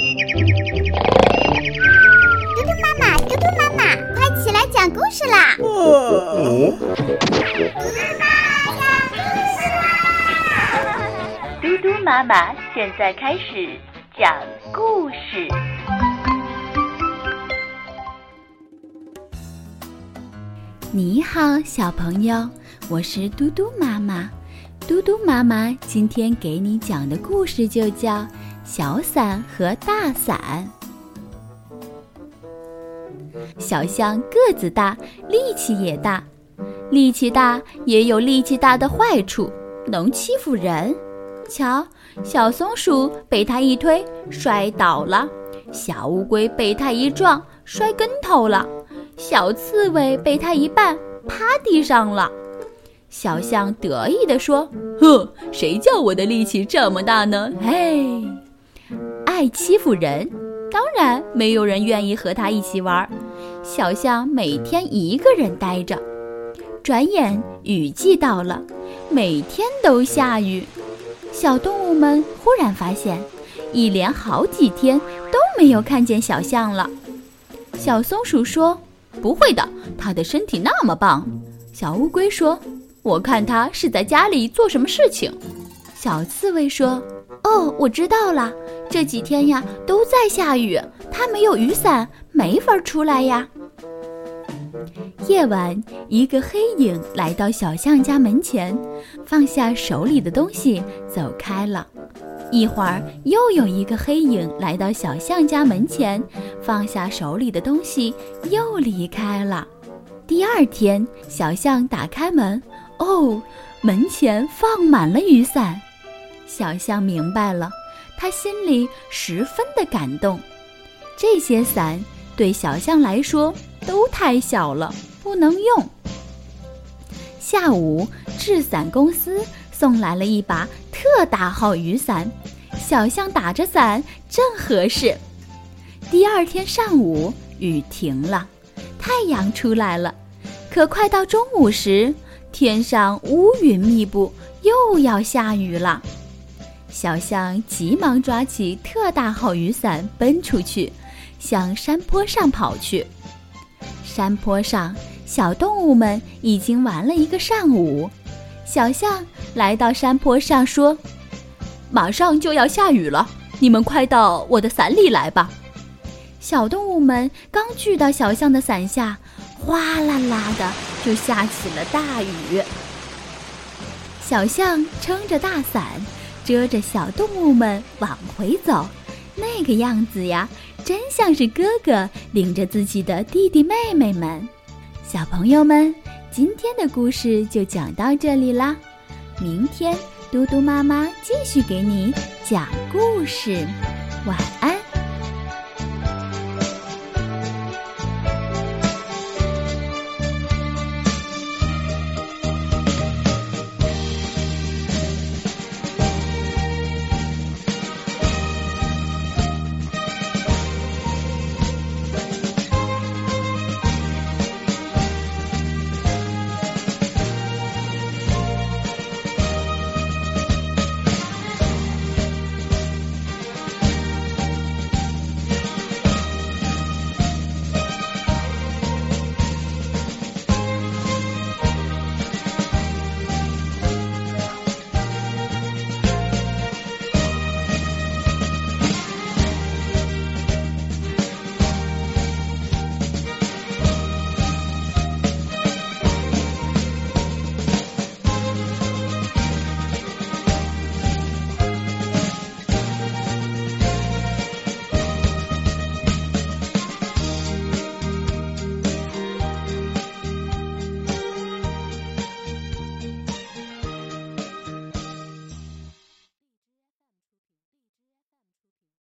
嘟嘟妈妈，嘟嘟妈妈，快起来讲故事啦！ 嘟嘟妈妈现在开始讲故事。 你好，小朋友，我是嘟嘟妈妈。嘟嘟妈妈今天给你讲的故事就叫《小伞和大伞》。小象个子大，力气也大，力气大也有力气大的坏处，能欺负人。瞧，小松鼠被它一推摔倒了，小乌龟被它一撞摔跟头了，小刺猬被它一绊趴地上了。小象得意地说：哼，谁叫我的力气这么大呢？嘿，爱欺负人，当然没有人愿意和他一起玩。小象每天一个人待着。转眼雨季到了，每天都下雨。小动物们忽然发现，一连好几天都没有看见小象了。小松鼠说：不会的，它的身体那么棒。小乌龟说：我看它是在家里做什么事情。小刺猬说：哦，我知道了，这几天呀都在下雨，它没有雨伞，没法出来呀。夜晚，一个黑影来到小象家门前，放下手里的东西走开了。一会儿又有一个黑影来到小象家门前，放下手里的东西又离开了。第二天，小象打开门，哦，门前放满了雨伞。小象明白了，他心里十分的感动。这些伞对小象来说都太小了，不能用。下午，制伞公司送来了一把特大号雨伞，小象打着伞正合适。第二天上午，雨停了，太阳出来了。可快到中午时，天上乌云密布，又要下雨了。小象急忙抓起特大号雨伞奔出去，向山坡上跑去。山坡上，小动物们已经玩了一个上午。小象来到山坡上说：马上就要下雨了，你们快到我的伞里来吧。小动物们刚聚到小象的伞下，哗啦啦的就下起了大雨。小象撑着大伞，遮着小动物们往回走，那个样子呀，真像是哥哥领着自己的弟弟妹妹们。小朋友们，今天的故事就讲到这里啦，明天嘟嘟妈妈继续给你讲故事，晚安。